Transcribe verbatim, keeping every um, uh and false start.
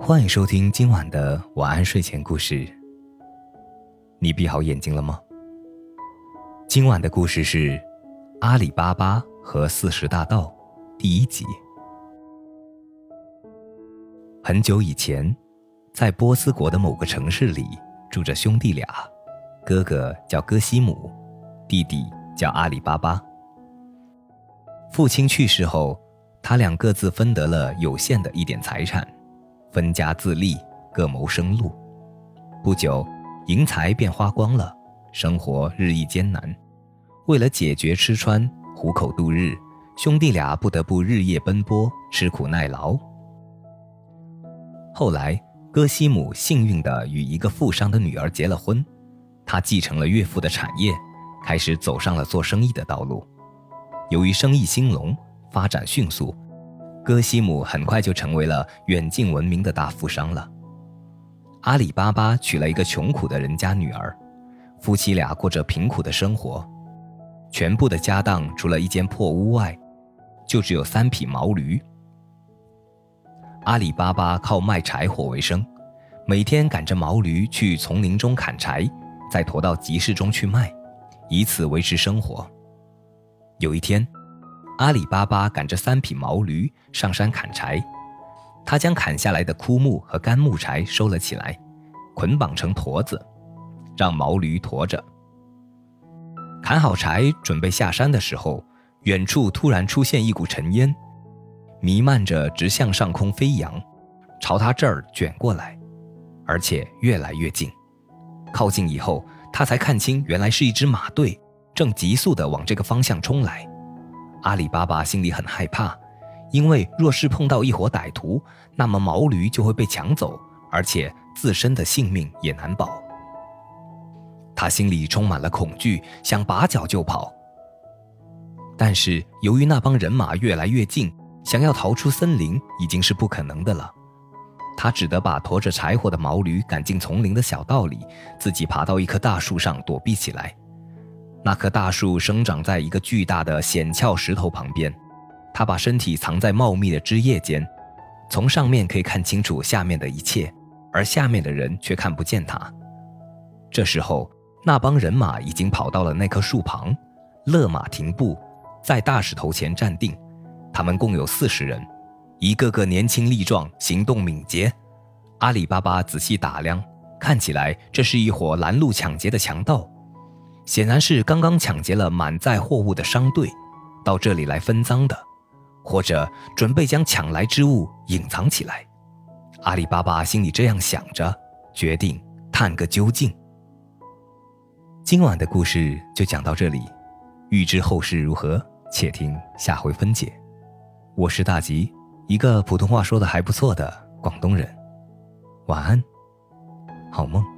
欢迎收听今晚的晚安睡前故事。你闭好眼睛了吗？今晚的故事是阿里巴巴和四十大盗第一集。很久以前，在波斯国的某个城市里住着兄弟俩，哥哥叫哥西姆，弟弟叫阿里巴巴。父亲去世后，他俩各自分得了有限的一点财产，分家自立，各谋生路。不久，银财便花光了，生活日益艰难。为了解决吃穿，糊口度日，兄弟俩不得不日夜奔波，吃苦耐劳。后来，哥西姆幸运地与一个富商的女儿结了婚，他继承了岳父的产业，开始走上了做生意的道路。由于生意兴隆，发展迅速，哥西姆很快就成为了远近闻名的大富商了。阿里巴巴娶了一个穷苦的人家女儿，夫妻俩过着贫苦的生活，全部的家当除了一间破屋外，就只有三匹毛驴。阿里巴巴靠卖柴火为生，每天赶着毛驴去丛林中砍柴，再驮到集市中去卖，以此维持生活。有一天，阿里巴巴赶着三匹毛驴上山砍柴，他将砍下来的枯木和干木柴收了起来，捆绑成驼子，让毛驴驮着。砍好柴准备下山的时候，远处突然出现一股尘烟，弥漫着直向上空飞扬，朝他这儿卷过来，而且越来越近。靠近以后，他才看清原来是一支马队，正急速地往这个方向冲来。阿里巴巴心里很害怕，因为若是碰到一伙歹徒，那么毛驴就会被抢走，而且自身的性命也难保。他心里充满了恐惧，想拔脚就跑。但是由于那帮人马越来越近，想要逃出森林已经是不可能的了。他只得把驮着柴火的毛驴赶进丛林的小道里，自己爬到一棵大树上躲避起来。那棵大树生长在一个巨大的险峭石头旁边，他把身体藏在茂密的枝叶间，从上面可以看清楚下面的一切，而下面的人却看不见他。这时候，那帮人马已经跑到了那棵树旁，勒马停步，在大石头前站定。他们共有四十人，一个个年轻力壮，行动敏捷。阿里巴巴仔细打量，看起来这是一伙拦路抢劫的强盗，显然是刚刚抢劫了满载货物的商队，到这里来分赃的，或者准备将抢来之物隐藏起来。阿里巴巴心里这样想着，决定探个究竟。今晚的故事就讲到这里，欲知后事如何，且听下回分解。我是大吉，一个普通话说得还不错的广东人。晚安，好梦。